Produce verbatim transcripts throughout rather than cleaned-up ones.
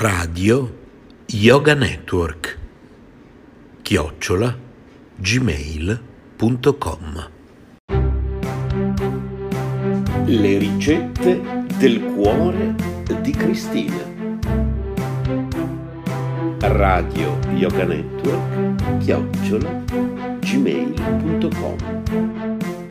Radio Yoga Network chiocciola gmail punto com. Le ricette del cuore di Cristina. Radio Yoga Network chiocciola gmail punto com.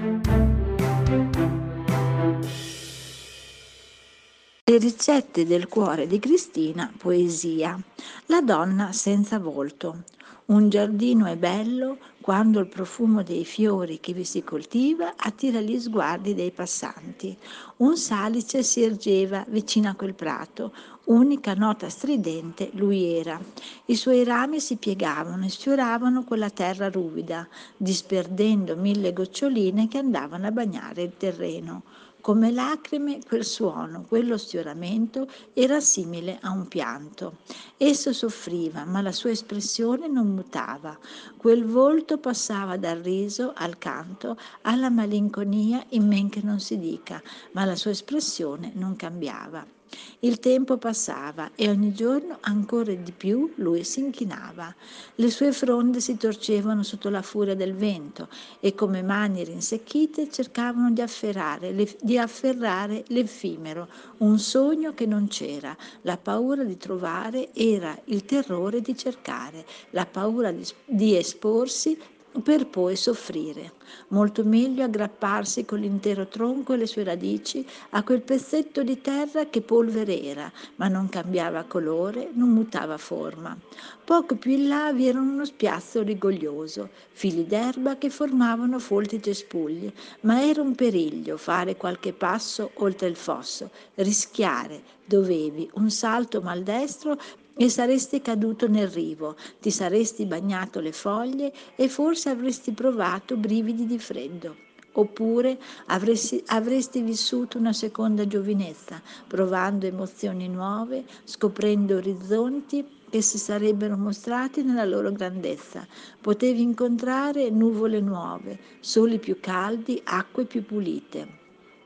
Le ricette del cuore di Cristina, poesia. La donna senza volto. Un giardino è bello quando il profumo dei fiori che vi si coltiva attira gli sguardi dei passanti. Un salice si ergeva vicino a quel prato, unica nota stridente lui era. I suoi rami si piegavano e sfioravano quella terra ruvida, disperdendo mille goccioline che andavano a bagnare il terreno. Come lacrime, quel suono, quello sfioramento era simile a un pianto. Esso soffriva, ma la sua espressione non mutava. Quel volto passava dal riso al canto, alla malinconia in men che non si dica, ma la sua espressione non cambiava. Il tempo passava e ogni giorno ancora di più lui si inchinava. Le sue fronde si torcevano sotto la furia del vento e come mani rinsecchite cercavano di afferrare, di afferrare l'effimero, un sogno che non c'era. La paura di trovare era il terrore di cercare, la paura di, di esporsi per poi soffrire. Molto meglio aggrapparsi con l'intero tronco e le sue radici a quel pezzetto di terra che polvere era, ma non cambiava colore, non mutava forma. Poco più in là vi era uno spiazzo rigoglioso, fili d'erba che formavano folti cespugli, ma era un periglio fare qualche passo oltre il fosso, rischiare, dovevi, un salto maldestro e saresti caduto nel rivo, ti saresti bagnato le foglie e forse avresti provato brividi di freddo. Oppure avresti, avresti vissuto una seconda giovinezza, provando emozioni nuove, scoprendo orizzonti che si sarebbero mostrati nella loro grandezza. Potevi incontrare nuvole nuove, soli più caldi, acque più pulite.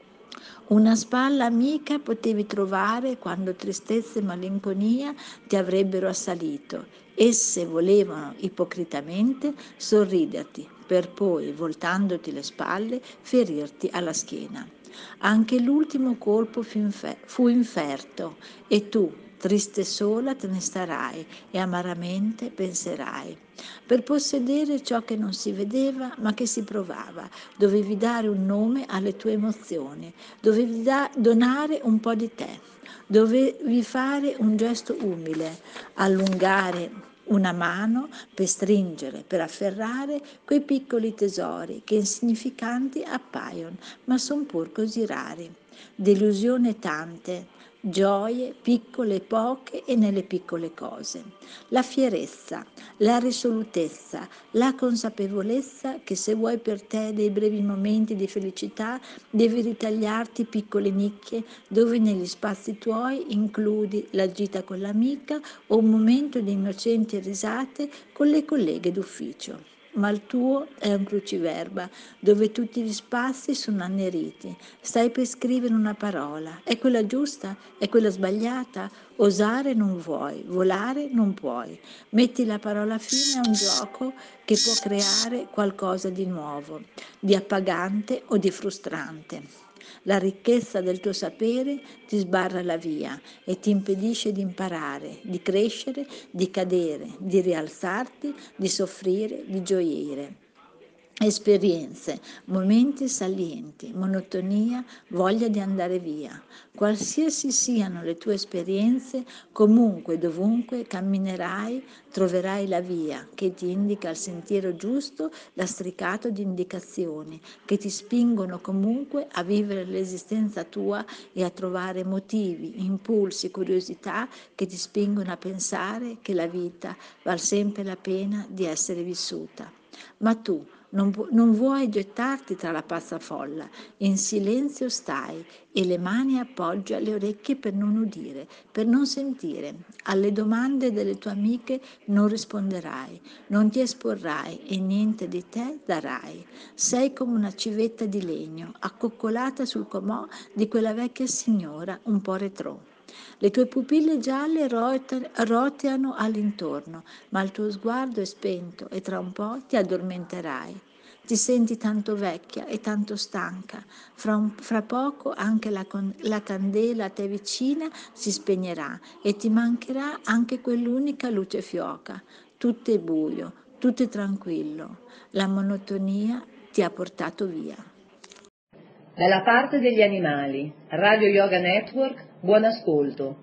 Una spalla amica potevi trovare quando tristezza e malinconia ti avrebbero assalito. Esse volevano ipocritamente sorriderti, per poi, voltandoti le spalle, ferirti alla schiena. Anche l'ultimo colpo fu, infer- fu inferto e tu, triste sola, te ne starai e amaramente penserai. Per possedere ciò che non si vedeva ma che si provava, dovevi dare un nome alle tue emozioni, dovevi da- donare un po' di te, dovevi fare un gesto umile, allungare una mano per stringere, per afferrare quei piccoli tesori che insignificanti appaiono, ma sono pur così rari. Delusione tante, gioie piccole e poche e nelle piccole cose. La fierezza, la risolutezza, la consapevolezza che se vuoi per te dei brevi momenti di felicità devi ritagliarti piccole nicchie dove negli spazi tuoi includi la gita con l'amica o un momento di innocenti risate con le colleghe d'ufficio. Ma il tuo è un cruciverba dove tutti gli spazi sono anneriti. Stai per scrivere una parola. È quella giusta? È quella sbagliata? Osare non vuoi, volare non puoi. Metti la parola fine a un gioco che può creare qualcosa di nuovo, di appagante o di frustrante. La ricchezza del tuo sapere ti sbarra la via e ti impedisce di imparare, di crescere, di cadere, di rialzarti, di soffrire, di gioire. Esperienze, momenti salienti, monotonia, voglia di andare via. Qualsiasi siano le tue esperienze, comunque, dovunque camminerai, troverai la via che ti indica il sentiero giusto, lastricato di indicazioni, che ti spingono comunque a vivere l'esistenza tua e a trovare motivi, impulsi, curiosità che ti spingono a pensare che la vita val sempre la pena di essere vissuta. Ma tu non, pu- non vuoi gettarti tra la pazza folla, in silenzio stai e le mani appoggi alle orecchie per non udire, per non sentire. Alle domande delle tue amiche non risponderai, non ti esporrai e niente di te darai. Sei come una civetta di legno, accoccolata sul comò di quella vecchia signora un po' retrò. Le tue pupille gialle rota- roteano all'intorno, ma il tuo sguardo è spento e tra un po' ti addormenterai. Ti senti tanto vecchia e tanto stanca. Fra, un- fra poco anche la, con- la candela a te vicina si spegnerà e ti mancherà anche quell'unica luce fioca. Tutto è buio, tutto è tranquillo. La monotonia ti ha portato via. Dalla parte degli animali, Radio Yoga Network, buon ascolto.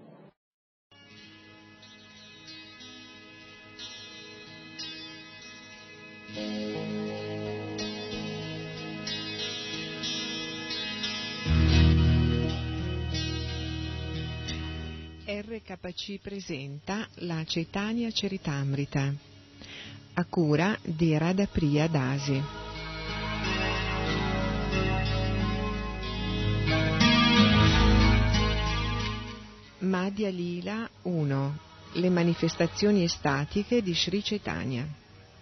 R K C presenta la Chaitanya Charitamrita a cura di Radhapriya Dasi. Madhya Lila uno. Le manifestazioni estatiche di Sri Chaitanya.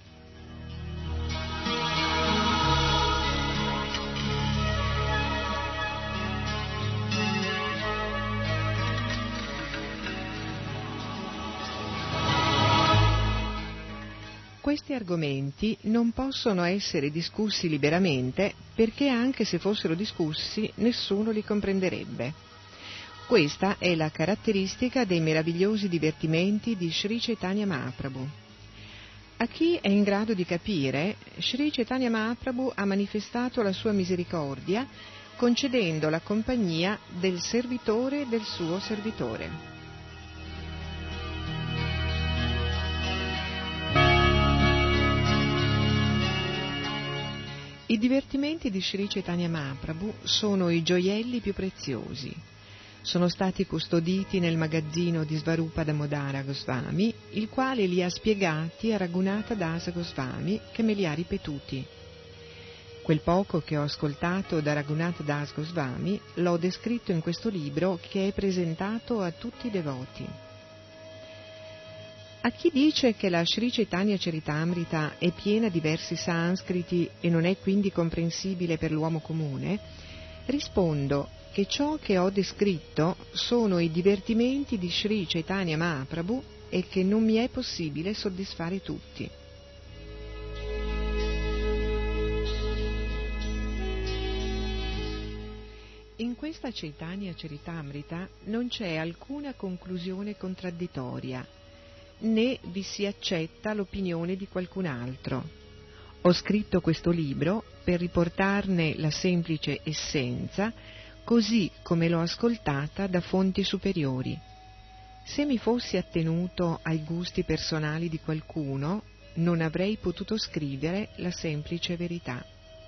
Questi argomenti non possono essere discussi liberamente perché anche se fossero discussi nessuno li comprenderebbe. Questa è la caratteristica dei meravigliosi divertimenti di Sri Chaitanya Mahaprabhu. A chi è in grado di capire, Sri Chaitanya Mahaprabhu ha manifestato la sua misericordia concedendo la compagnia del servitore del suo servitore. I divertimenti di Sri Chaitanya Mahaprabhu sono i gioielli più preziosi. Sono stati custoditi nel magazzino di Svarupa Damodara Goswami, il quale li ha spiegati a Raghunatha Dasa Goswami, che me li ha ripetuti. Quel poco che ho ascoltato da Raghunatha Das Goswami l'ho descritto in questo libro che è presentato a tutti i devoti. A chi dice che la Sri Chaitanya Charitamrita è piena di versi sanscriti e non è quindi comprensibile per l'uomo comune, rispondo che ciò che ho descritto sono i divertimenti di Sri Chaitanya Mahaprabhu e che non mi è possibile soddisfare tutti. In questa Chaitanya Charitamrita non c'è alcuna conclusione contraddittoria, né vi si accetta l'opinione di qualcun altro. Ho scritto questo libro per riportarne la semplice essenza, così come l'ho ascoltata da fonti superiori. Se mi fossi attenuto ai gusti personali di qualcuno, non avrei potuto scrivere la semplice verità.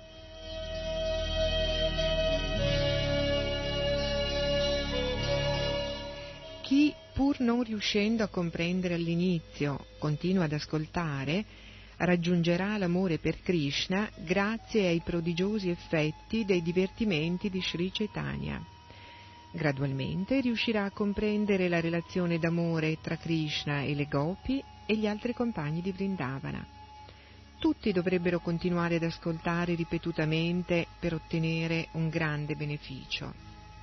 Chi, pur non riuscendo a comprendere all'inizio, continua ad ascoltare, raggiungerà l'amore per Krishna grazie ai prodigiosi effetti dei divertimenti di Sri Chaitanya. Gradualmente riuscirà a comprendere la relazione d'amore tra Krishna e le gopi e gli altri compagni di Vrindavana. Tutti dovrebbero continuare ad ascoltare ripetutamente per ottenere un grande beneficio.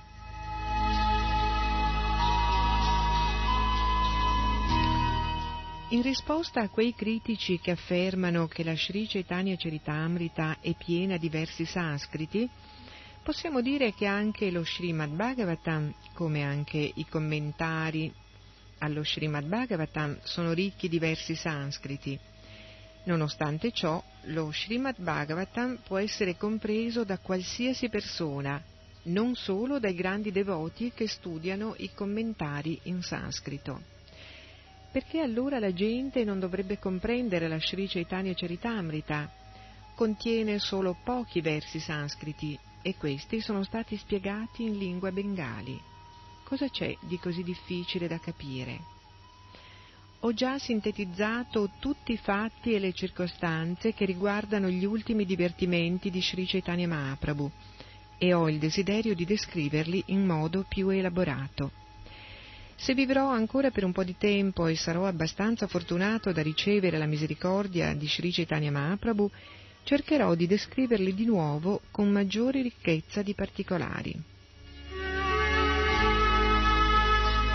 In risposta a quei critici che affermano che la Sri Chaitanya Charitamrita è piena di versi sanscriti, possiamo dire che anche lo Srimad Bhagavatam, come anche i commentari allo Srimad Bhagavatam, sono ricchi di versi sanscriti. Nonostante ciò, lo Srimad Bhagavatam può essere compreso da qualsiasi persona, non solo dai grandi devoti che studiano i commentari in sanscrito. Perché allora la gente non dovrebbe comprendere la Sri Chaitanya Charitamrita? Contiene solo pochi versi sanscriti e questi sono stati spiegati in lingua bengali. Cosa c'è di così difficile da capire? Ho già sintetizzato tutti i fatti e le circostanze che riguardano gli ultimi divertimenti di Sri Chaitanya Mahaprabhu e ho il desiderio di descriverli in modo più elaborato. Se vivrò ancora per un po' di tempo e sarò abbastanza fortunato da ricevere la misericordia di Sri Chaitanya Mahaprabhu, cercherò di descriverli di nuovo con maggiore ricchezza di particolari.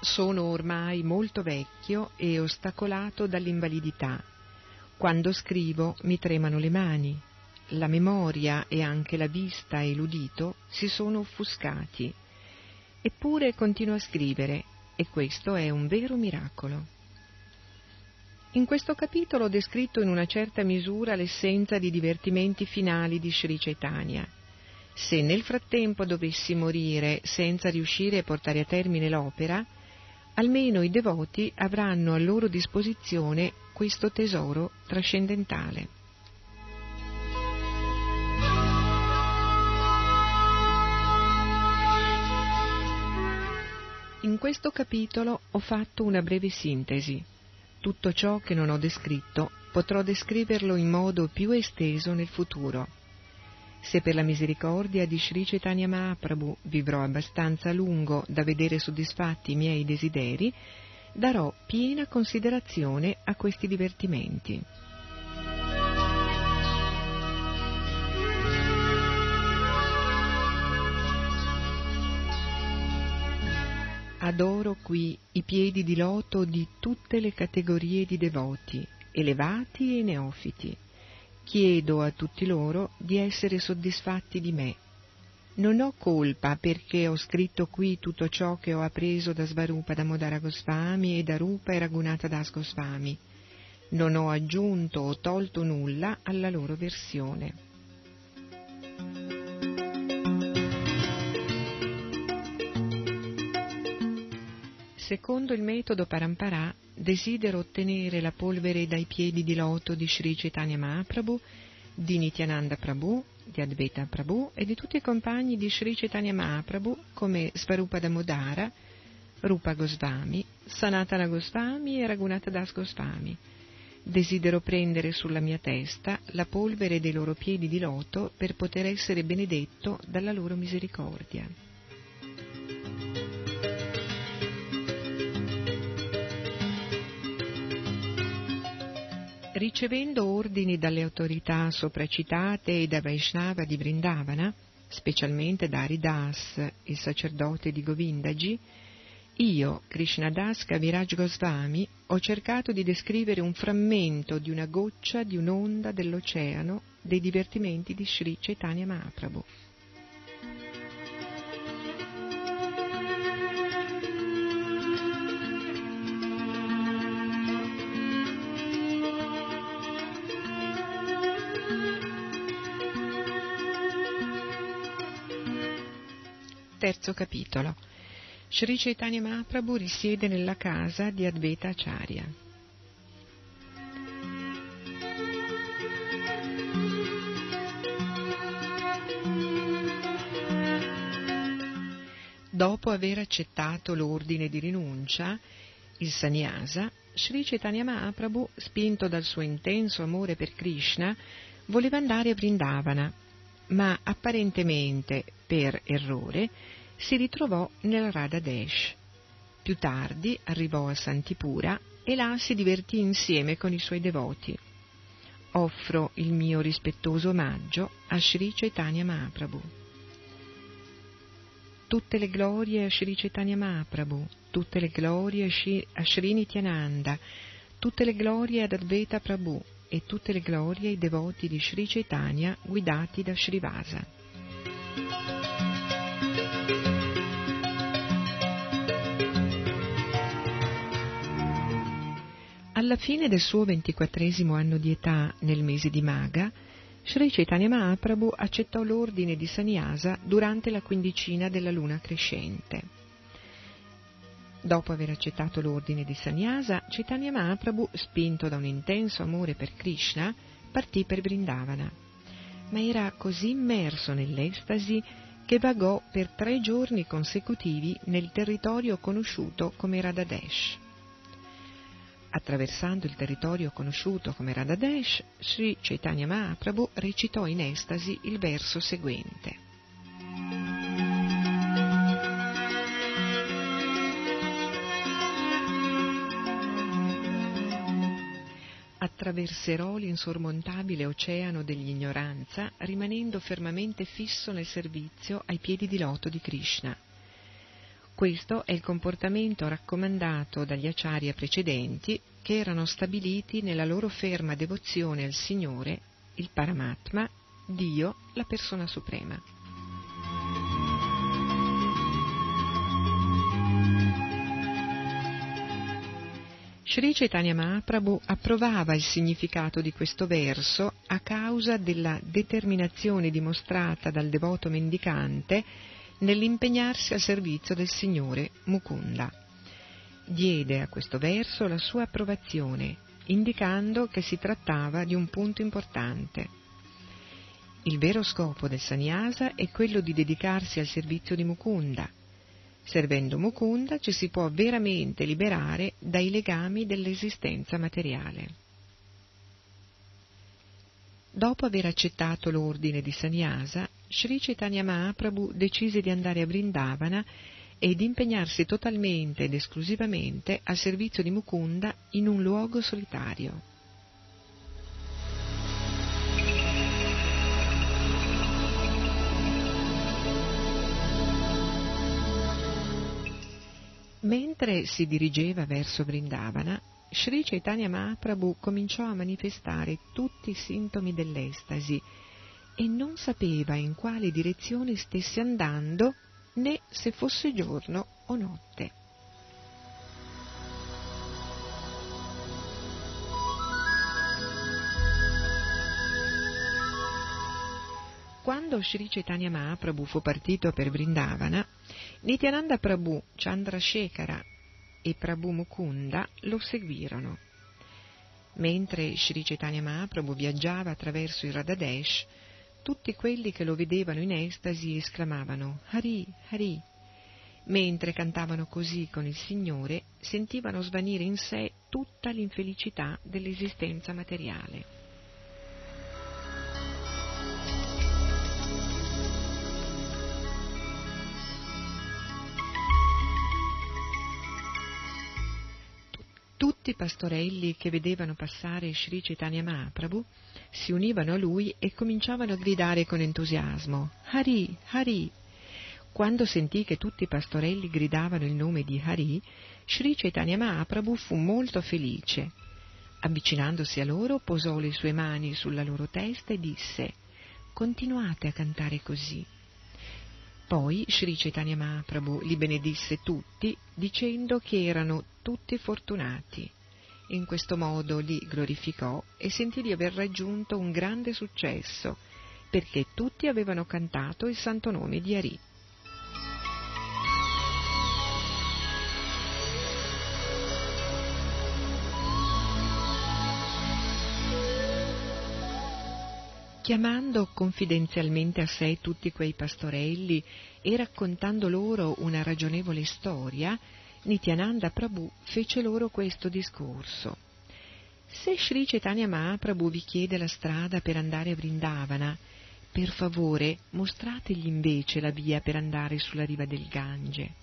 Sono ormai molto vecchio e ostacolato dall'invalidità. Quando scrivo mi tremano le mani. La memoria e anche la vista e l'udito si sono offuscati. Eppure continuo a scrivere, e questo è un vero miracolo. In questo capitolo ho descritto in una certa misura l'essenza di divertimenti finali di Sri Chaitanya. Se nel frattempo dovessi morire senza riuscire a portare a termine l'opera, almeno i devoti avranno a loro disposizione questo tesoro trascendentale. In questo capitolo ho fatto una breve sintesi. Tutto ciò che non ho descritto potrò descriverlo in modo più esteso nel futuro. Se per la misericordia di Sri Chaitanya Mahaprabhu vivrò abbastanza a lungo da vedere soddisfatti i miei desideri, darò piena considerazione a questi divertimenti. Adoro qui i piedi di loto di tutte le categorie di devoti, elevati e neofiti. Chiedo a tutti loro di essere soddisfatti di me. Non ho colpa perché ho scritto qui tutto ciò che ho appreso da Svarupa Damodara Goswami e da Rupa e Raghunatha Das Goswami. Non ho aggiunto o tolto nulla alla loro versione. Secondo il metodo Parampara, desidero ottenere la polvere dai piedi di loto di Sri Chaitanya Mahaprabhu, di Nityananda Prabhu, di Advaita Prabhu e di tutti i compagni di Sri Chaitanya Mahaprabhu come Svarupa Damodara, Rupa Goswami, Sanatana Goswami e Raghunatha Das Goswami. Desidero prendere sulla mia testa la polvere dei loro piedi di loto per poter essere benedetto dalla loro misericordia. Ricevendo ordini dalle autorità sopracitate e da Vaishnava di Vrindavana, specialmente da Haridas, il sacerdote di Govindaji, io, Krishnadas Kaviraj Goswami, ho cercato di descrivere un frammento di una goccia di un'onda dell'oceano dei divertimenti di Sri Chaitanya Mahaprabhu. Terzo capitolo. Sri Chaitanya Mahaprabhu risiede nella casa di Advaita Acharya. Dopo aver accettato l'ordine di rinuncia, il sannyasa, Sri Chaitanya Mahaprabhu, spinto dal suo intenso amore per Krishna, voleva andare a Vrindavana, ma apparentemente, per errore, si ritrovò nel Radha Desh. Più tardi arrivò a Santipura e là si divertì insieme con i suoi devoti. Offro il mio rispettoso omaggio a Sri Chaitanya Mahaprabhu. Tutte le glorie a Sri Chaitanya Mahaprabhu, tutte le glorie a Sri Nityananda, tutte le glorie ad Advaita Prabhu e tutte le glorie ai devoti di Sri Chaitanya guidati da Srivasa. Alla fine del suo ventiquattresimo anno di età, nel mese di Magha, Sri Chaitanya Mahaprabhu accettò l'ordine di sannyasa durante la quindicina della luna crescente. Dopo aver accettato l'ordine di sannyasa, Chaitanya Mahaprabhu, spinto da un intenso amore per Krishna, partì per Vrindavana. Ma era così immerso nell'estasi che vagò per tre giorni consecutivi nel territorio conosciuto come Radha Desh. Attraversando il territorio conosciuto come Radha Desh, Sri Chaitanya Mahaprabhu recitò in estasi il verso seguente. Attraverserò l'insormontabile oceano dell'ignoranza, rimanendo fermamente fisso nel servizio ai piedi di loto di Krishna. Questo è il comportamento raccomandato dagli acharya precedenti, che erano stabiliti nella loro ferma devozione al Signore, il Paramatma, Dio, la persona suprema. Sri Chaitanya Mahaprabhu approvava il significato di questo verso a causa della determinazione dimostrata dal devoto mendicante nell'impegnarsi al servizio del Signore Mukunda. Diede a questo verso la sua approvazione, indicando che si trattava di un punto importante. Il vero scopo del sannyasa è quello di dedicarsi al servizio di Mukunda. Servendo Mukunda ci si può veramente liberare dai legami dell'esistenza materiale. Dopo aver accettato l'ordine di sannyasa, Sri Chaitanya Mahaprabhu decise di andare a Vrindavana e di impegnarsi totalmente ed esclusivamente al servizio di Mukunda in un luogo solitario. Mentre si dirigeva verso Vrindavana, Sri Chaitanya Mahaprabhu cominciò a manifestare tutti i sintomi dell'estasi e non sapeva in quale direzione stesse andando né se fosse giorno o notte. Quando Sri Chaitanya Mahaprabhu fu partito per Vrindavana, Nityananda Prabhu, Chandrasekhara e Prabhu Mukunda lo seguirono. Mentre Sri Chaitanya Mahaprabhu viaggiava attraverso il Radhadesh, tutti quelli che lo vedevano in estasi esclamavano Hari, Hari. Mentre cantavano così con il Signore, sentivano svanire in sé tutta l'infelicità dell'esistenza materiale. Tutti i pastorelli che vedevano passare Sri Chaitanya Mahaprabhu si univano a lui e cominciavano a gridare con entusiasmo Hari, Hari. Quando sentì che tutti i pastorelli gridavano il nome di Hari, Sri Chaitanya Mahaprabhu fu molto felice. Avvicinandosi a loro, posò le sue mani sulla loro testa e disse «Continuate a cantare così». Poi Sri Chaitanya Mahaprabhu li benedisse tutti dicendo che erano tutti fortunati. In questo modo li glorificò e sentì di aver raggiunto un grande successo, perché tutti avevano cantato il santo nome di Hari. Chiamando confidenzialmente a sé tutti quei pastorelli e raccontando loro una ragionevole storia, Nityananda Prabhu fece loro questo discorso. Se Sri Chaitanya Mahaprabhu vi chiede la strada per andare a Vrindavana, per favore mostrategli invece la via per andare sulla riva del Gange.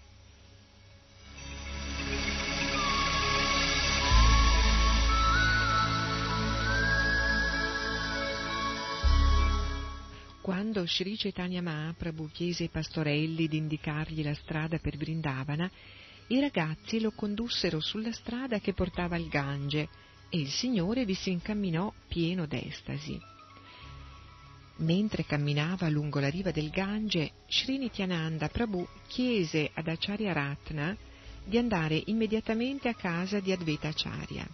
Quando Sri Chaitanya Mahaprabhu chiese ai pastorelli di indicargli la strada per Vrindavana, i ragazzi lo condussero sulla strada che portava al Gange e il Signore vi si incamminò pieno d'estasi. Mentre camminava lungo la riva del Gange, Sri Nityananda Prabhu chiese ad Acharya Ratna di andare immediatamente a casa di Advaita Acharya.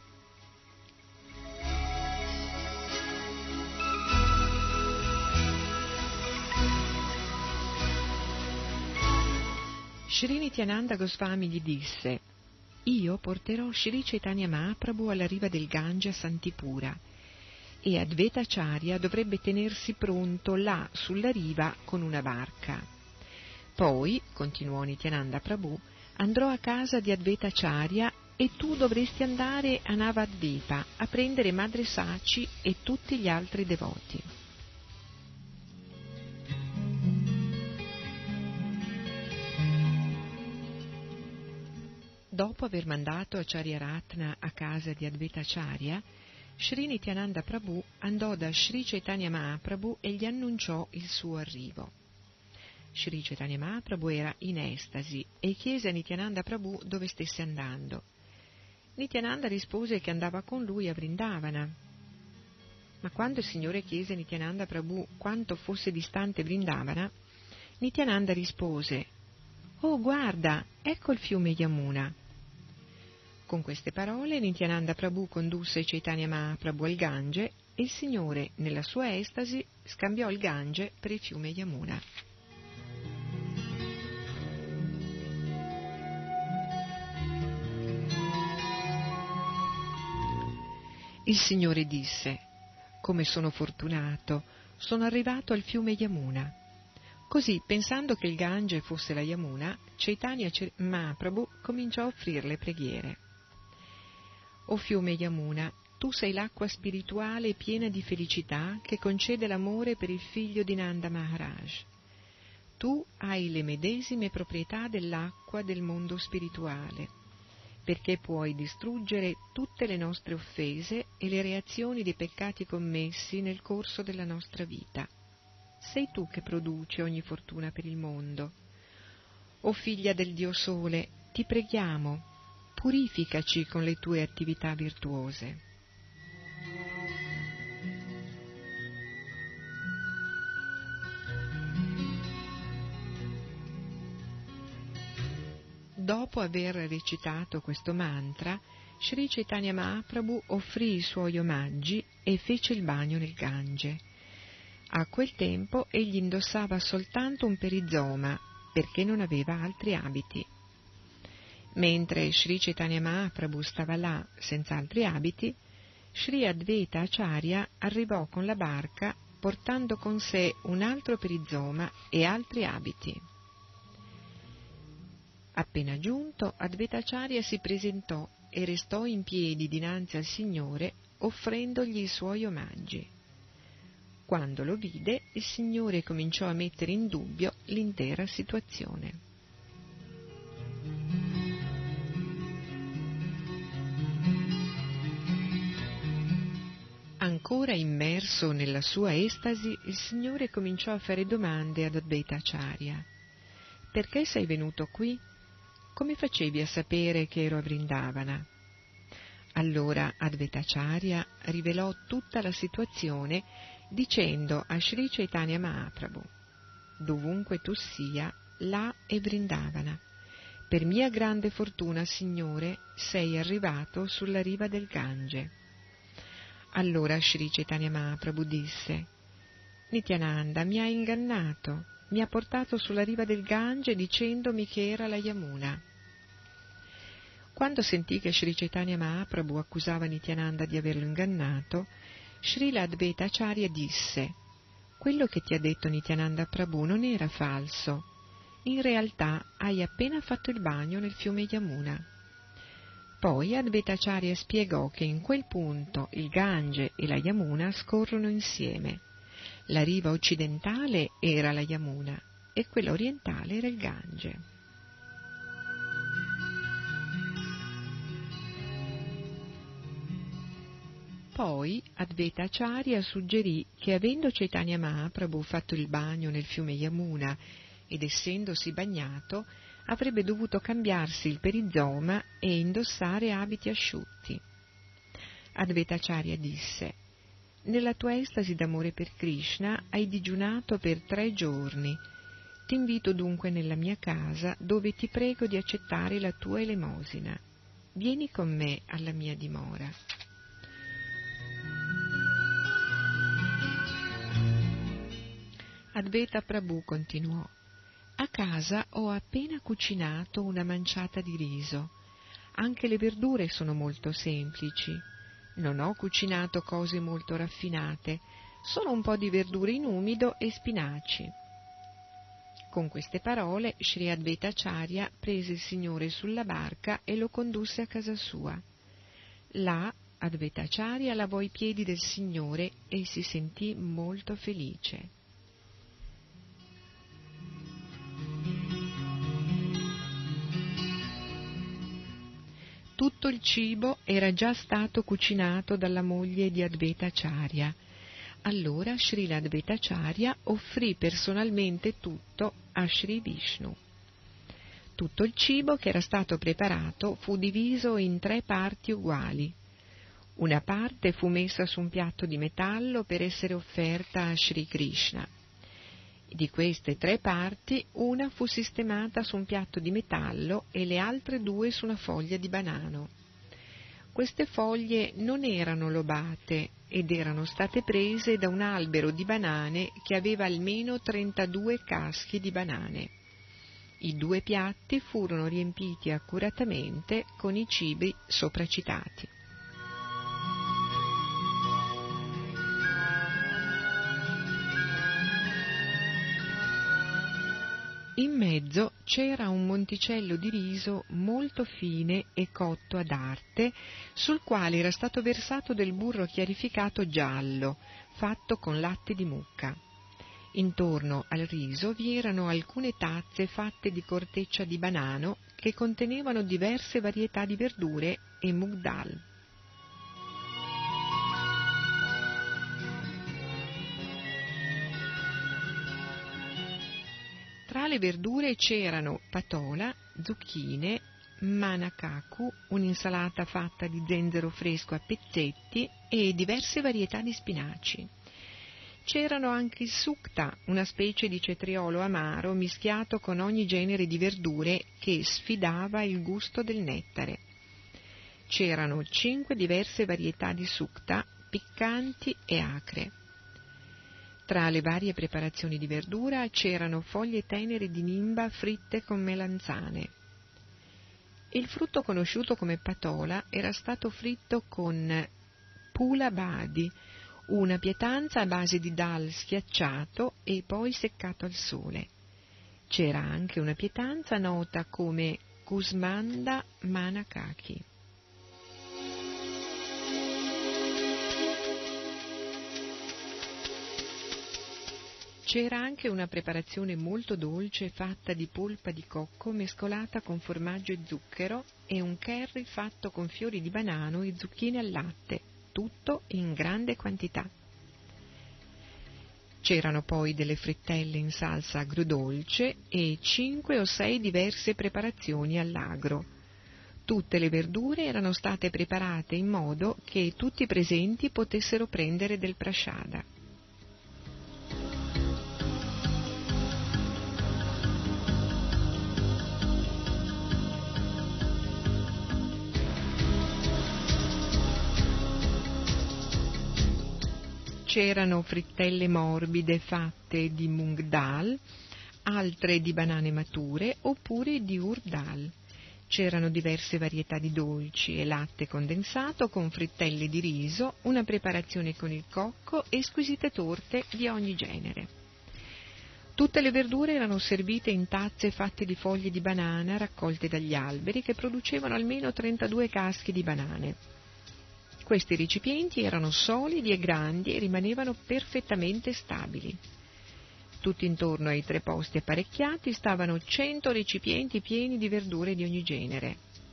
Sri Nityananda Goswami gli disse: «Io porterò Sri Chaitanya Mahaprabhu alla riva del Gange a Santipura e Advaita Acharya dovrebbe tenersi pronto là sulla riva con una barca. Poi, continuò Nityananda Prabhu, andrò a casa di Advaita Acharya e tu dovresti andare a Navadvipa a prendere Madre Saci e tutti gli altri devoti». Dopo aver mandato Acharya Ratna a casa di Advaita Acharya, Sri Nityananda Prabhu andò da Sri Chaitanya Mahaprabhu e gli annunciò il suo arrivo. Sri Chaitanya Mahaprabhu era in estasi e chiese a Nityananda Prabhu dove stesse andando. Nityananda rispose che andava con lui a Vrindavana. Ma quando il Signore chiese a Nityananda Prabhu quanto fosse distante Vrindavana, Nityananda rispose: «Oh, guarda, ecco il fiume Yamuna». Con queste parole Nityananda Prabhu condusse Chaitanya Mahaprabhu al Gange e il Signore, nella sua estasi, scambiò il Gange per il fiume Yamuna. Il Signore disse: «Come sono fortunato, sono arrivato al fiume Yamuna». Così, pensando che il Gange fosse la Yamuna, Chaitanya Mahaprabhu cominciò a offrirle preghiere. «O fiume Yamuna, tu sei l'acqua spirituale piena di felicità che concede l'amore per il figlio di Nanda Maharaj. Tu hai le medesime proprietà dell'acqua del mondo spirituale, perché puoi distruggere tutte le nostre offese e le reazioni dei peccati commessi nel corso della nostra vita. Sei tu che produci ogni fortuna per il mondo. O figlia del Dio Sole, ti preghiamo, purificaci con le tue attività virtuose». Dopo aver recitato questo mantra, Sri Chaitanya Mahaprabhu offrì i suoi omaggi e fece il bagno nel Gange. A quel tempo egli indossava soltanto un perizoma, perché non aveva altri abiti. Mentre Sri Chaitanya Mahaprabhu stava là senza altri abiti, Sri Advaita Acharya arrivò con la barca portando con sé un altro perizoma e altri abiti. Appena giunto, Advaita Acharya si presentò e restò in piedi dinanzi al Signore, offrendogli i suoi omaggi. Quando lo vide, il Signore cominciò a mettere in dubbio l'intera situazione. Ancora immerso nella sua estasi, il Signore cominciò a fare domande ad Advaita Acharya. «Perché sei venuto qui? Come facevi a sapere che ero a Vrindavana?» Allora Advaita Acharya rivelò tutta la situazione dicendo a Sri Chaitanya Mahaprabhu: «Dovunque tu sia, là è Vrindavana. Per mia grande fortuna, Signore, sei arrivato sulla riva del Gange». Allora Sri Chaitanya Mahaprabhu disse: «Nityananda mi ha ingannato, mi ha portato sulla riva del Gange dicendomi che era la Yamuna». Quando sentì che Sri Chaitanya Mahaprabhu accusava Nityananda di averlo ingannato, Srila Advaita Acharya disse: «Quello che ti ha detto Nityananda Prabhu non era falso. In realtà hai appena fatto il bagno nel fiume Yamuna». Poi Advaita Acharya spiegò che in quel punto il Gange e la Yamuna scorrono insieme. La riva occidentale era la Yamuna e quella orientale era il Gange. Poi Advaita Acharya suggerì che, avendo Chaitanya Mahaprabhu fatto il bagno nel fiume Yamuna ed essendosi bagnato, avrebbe dovuto cambiarsi il perizoma e indossare abiti asciutti. Advaita Acharya disse: «Nella tua estasi d'amore per Krishna hai digiunato per tre giorni. Ti invito dunque nella mia casa, dove ti prego di accettare la tua elemosina. Vieni con me alla mia dimora». Advaita Prabhu continuò: «A casa ho appena cucinato una manciata di riso. Anche le verdure sono molto semplici. Non ho cucinato cose molto raffinate, solo un po' di verdure in umido e spinaci». Con queste parole Sri Advaita Acharya prese il Signore sulla barca e lo condusse a casa sua. Là Advaita Acharya lavò i piedi del Signore e si sentì molto felice. Tutto il cibo era già stato cucinato dalla moglie di Advaita Acharya. Allora Srila Advaitacharya offrì personalmente tutto a Sri Vishnu. Tutto il cibo che era stato preparato fu diviso in tre parti uguali. Una parte fu messa su un piatto di metallo per essere offerta a Sri Krishna. Di queste tre parti, una fu sistemata su un piatto di metallo e le altre due su una foglia di banano. Queste foglie non erano lobate ed erano state prese da un albero di banane che aveva almeno trentadue caschi di banane. I due piatti furono riempiti accuratamente con i cibi sopracitati. In mezzo c'era un monticello di riso molto fine e cotto ad arte, sul quale era stato versato del burro chiarificato giallo, fatto con latte di mucca. Intorno al riso vi erano alcune tazze fatte di corteccia di banano che contenevano diverse varietà di verdure e mung dal. Tra le verdure c'erano patola, zucchine, manakaku, un'insalata fatta di zenzero fresco a pezzetti e diverse varietà di spinaci. C'erano anche il sukta, una specie di cetriolo amaro mischiato con ogni genere di verdure che sfidava il gusto del nettare. C'erano cinque diverse varietà di sukta, piccanti e acre. Tra le varie preparazioni di verdura c'erano foglie tenere di nimba fritte con melanzane. Il frutto conosciuto come patola era stato fritto con pula badi, una pietanza a base di dal schiacciato e poi seccato al sole. C'era anche una pietanza nota come Kusmanda manakaki. C'era anche una preparazione molto dolce fatta di polpa di cocco mescolata con formaggio e zucchero e un curry fatto con fiori di banano e zucchine al latte, tutto in grande quantità. C'erano poi delle frittelle in salsa agrodolce e cinque o sei diverse preparazioni all'agro. Tutte le verdure erano state preparate in modo che tutti i presenti potessero prendere del prasada. C'erano frittelle morbide fatte di mung dal, altre di banane mature oppure di ur dal. C'erano diverse varietà di dolci e latte condensato con frittelle di riso, una preparazione con il cocco e squisite torte di ogni genere. Tutte le verdure erano servite in tazze fatte di foglie di banana raccolte dagli alberi che producevano almeno trentadue caschi di banane. Questi recipienti erano solidi e grandi e rimanevano perfettamente stabili. Tutti intorno ai tre posti apparecchiati stavano cento recipienti pieni di verdure di ogni genere.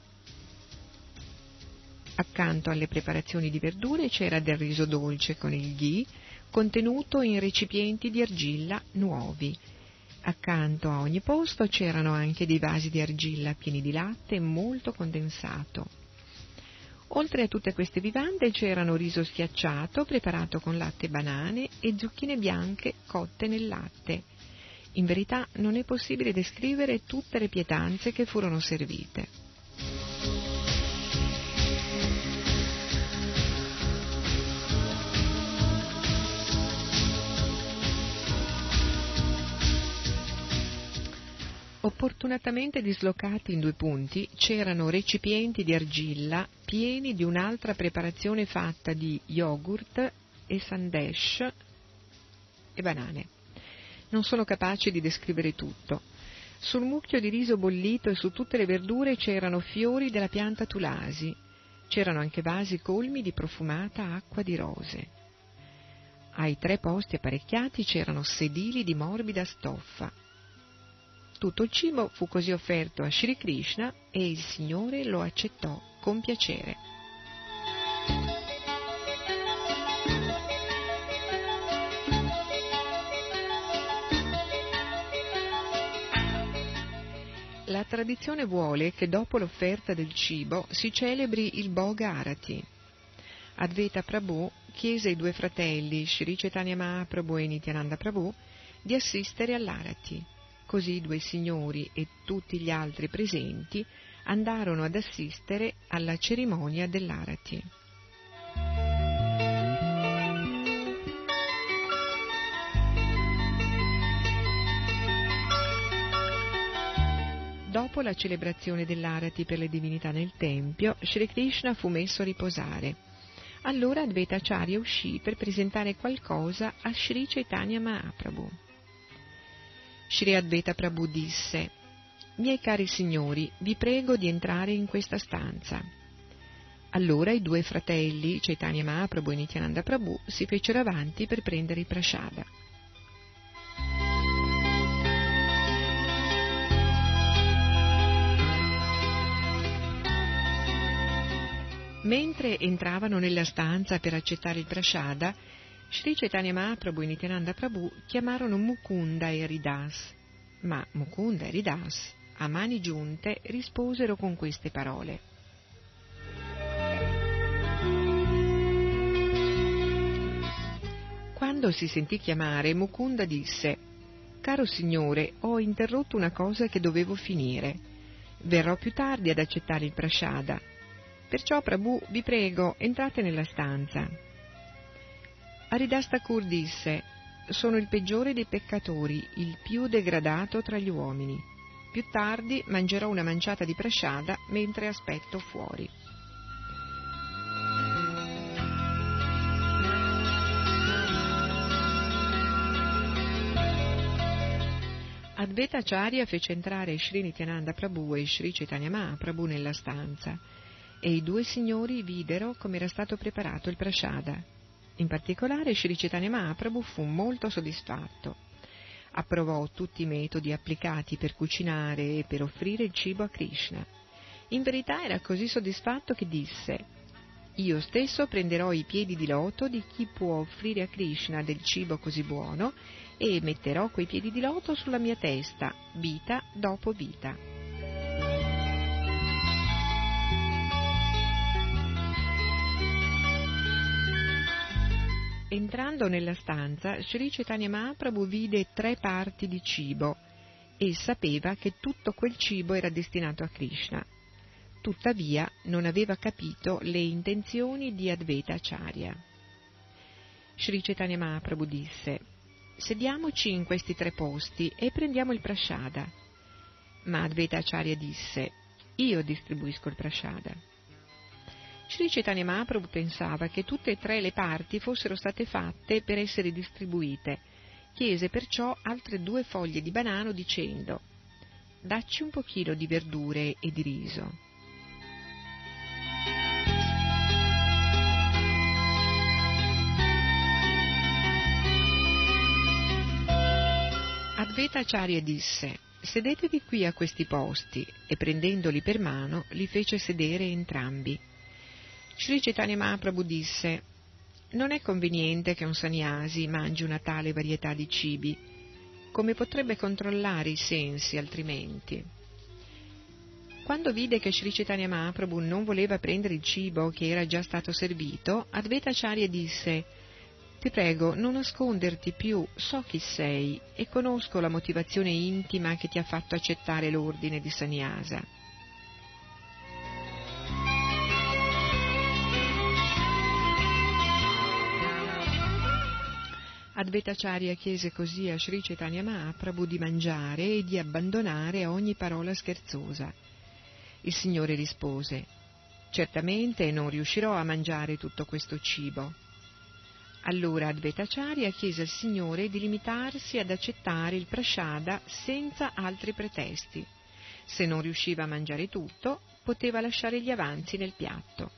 Accanto alle preparazioni di verdure c'era del riso dolce con il ghee, contenuto in recipienti di argilla nuovi. Accanto a ogni posto c'erano anche dei vasi di argilla pieni di latte molto condensato. Oltre a tutte queste vivande c'erano riso schiacciato preparato con latte e banane e zucchine bianche cotte nel latte. In verità non è possibile descrivere tutte le pietanze che furono servite. Opportunamente dislocati in due punti c'erano recipienti di argilla pieni di un'altra preparazione fatta di yogurt e sandesh e banane. Non sono capace di descrivere tutto. Sul mucchio di riso bollito e su tutte le verdure c'erano fiori della pianta tulasi. C'erano anche vasi colmi di profumata acqua di rose. Ai tre posti apparecchiati c'erano sedili di morbida stoffa. Tutto il cibo fu così offerto a Sri Krishna e il Signore lo accettò con piacere. tradizione vuole che dopo l'offerta del cibo si celebri il Bhoga Arati. Advaita Prabhu chiese ai due fratelli, Sri Chaitanya Mahaprabhu e Nityananda Prabhu, di assistere all'Arati. Così i due signori e tutti gli altri presenti andarono ad assistere alla cerimonia dell'Arati. Dopo la celebrazione dell'Arati per le divinità nel Tempio, Sri Krishna fu messo a riposare. Allora Advaita Acharya uscì per presentare qualcosa a Sri Chaitanya Mahaprabhu. Sri Advaita Prabhu disse: «Miei cari signori, vi prego di entrare in questa stanza». Allora i due fratelli, Chaitanya Mahaprabhu e Nityananda Prabhu, si fecero avanti per prendere il prasada. Mentre entravano nella stanza per accettare il prasada, Sri Chaitanya Mahaprabhu e Nityananda Prabhu chiamarono Mukunda e Haridas, ma Mukunda e Haridas, a mani giunte, risposero con queste parole: Quando si sentì chiamare, Mukunda disse: «Caro signore, ho interrotto una cosa che dovevo finire. Verrò più tardi ad accettare il prasada. Perciò, Prabhu, vi prego, entrate nella stanza». Haridas Thakur disse: «Sono il peggiore dei peccatori, il più degradato tra gli uomini. Più tardi mangerò una manciata di prasada mentre aspetto fuori». Advaita Acharya fece entrare Sri Nityananda Prabhu e Sri Chaitanya Mahaprabhu nella stanza, e i due signori videro come era stato preparato il prasada. In particolare Sri Chaitanya Mahaprabhu fu molto soddisfatto. Approvò tutti i metodi applicati per cucinare e per offrire il cibo a Krishna. In verità era così soddisfatto che disse: «Io stesso prenderò i piedi di loto di chi può offrire a Krishna del cibo così buono e metterò quei piedi di loto sulla mia testa, vita dopo vita». Entrando nella stanza, Sri Chaitanya Mahaprabhu vide tre parti di cibo e sapeva che tutto quel cibo era destinato a Krishna. Tuttavia non aveva capito le intenzioni di Advaita Acharya. Sri Chaitanya Mahaprabhu disse: «Sediamoci in questi tre posti e prendiamo il prasada». Ma Advaita Acharya disse: «Io distribuisco il prasada». Sri Chaitanya Mahaprabhu pensava che tutte e tre le parti fossero state fatte per essere distribuite. Chiese perciò altre due foglie di banano dicendo: «Dacci un pochino di verdure e di riso». Advaita Acharya disse: «Sedetevi qui a questi posti», e prendendoli per mano li fece sedere entrambi. Sri Chaitanya Mahaprabhu disse: «Non è conveniente che un sannyasi mangi una tale varietà di cibi. Come potrebbe controllare i sensi altrimenti?» Quando vide che Sri Chaitanya Mahaprabhu non voleva prendere il cibo che era già stato servito, Advaita Acharya disse: «Ti prego, non nasconderti più, so chi sei e conosco la motivazione intima che ti ha fatto accettare l'ordine di sannyasa». Advaita Acharya chiese così a Sri Chaitanya Mahaprabhu di mangiare e di abbandonare ogni parola scherzosa. Il Signore rispose: «Certamente non riuscirò a mangiare tutto questo cibo». Allora Advaita Acharya chiese al Signore di limitarsi ad accettare il prasada senza altri pretesti. Se non riusciva a mangiare tutto, poteva lasciare gli avanzi nel piatto.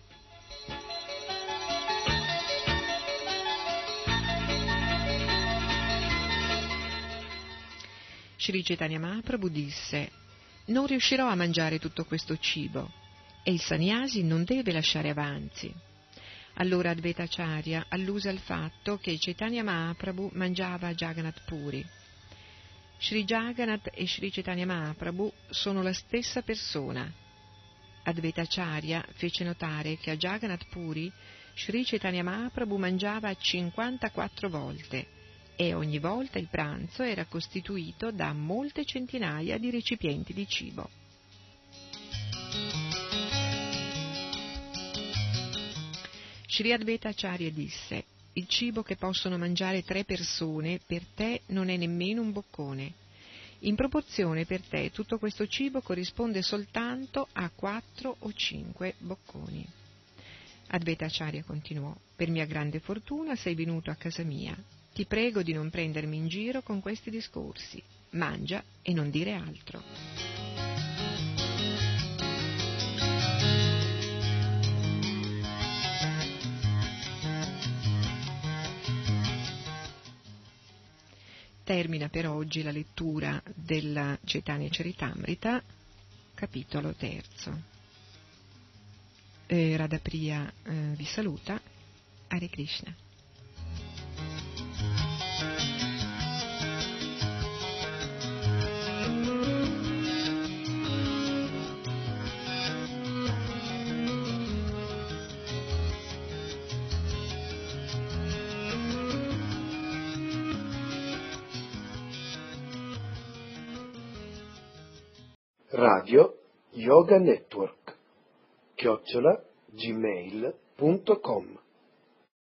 Sri Chaitanya Mahaprabhu disse: «Non riuscirò a mangiare tutto questo cibo e il sannyasi non deve lasciare avanzi». Allora Advaita Acharya alluse al fatto che Chaitanya Mahaprabhu mangiava Jagannath Puri. Sri Jagannath e Sri Chaitanya Mahaprabhu sono la stessa persona. Advaitacharya fece notare che a Jagannath Puri Sri Chaitanya Mahaprabhu mangiava cinquantaquattro volte e ogni volta il pranzo era costituito da molte centinaia di recipienti di cibo. Sri Advaitacharya disse: il cibo che possono mangiare tre persone per te non è nemmeno un boccone. In proporzione per te tutto questo cibo corrisponde soltanto a quattro o cinque bocconi. Advaitacharya continuò: per mia grande fortuna sei venuto a casa mia. Ti prego di non prendermi in giro con questi discorsi. Mangia e non dire altro. Termina per oggi la lettura della Chaitanya Charitamrita, capitolo terzo. Eh, Radhapriya eh, vi saluta. Hare Krishna. Radio Yoga Network, chiocciola gmail punto com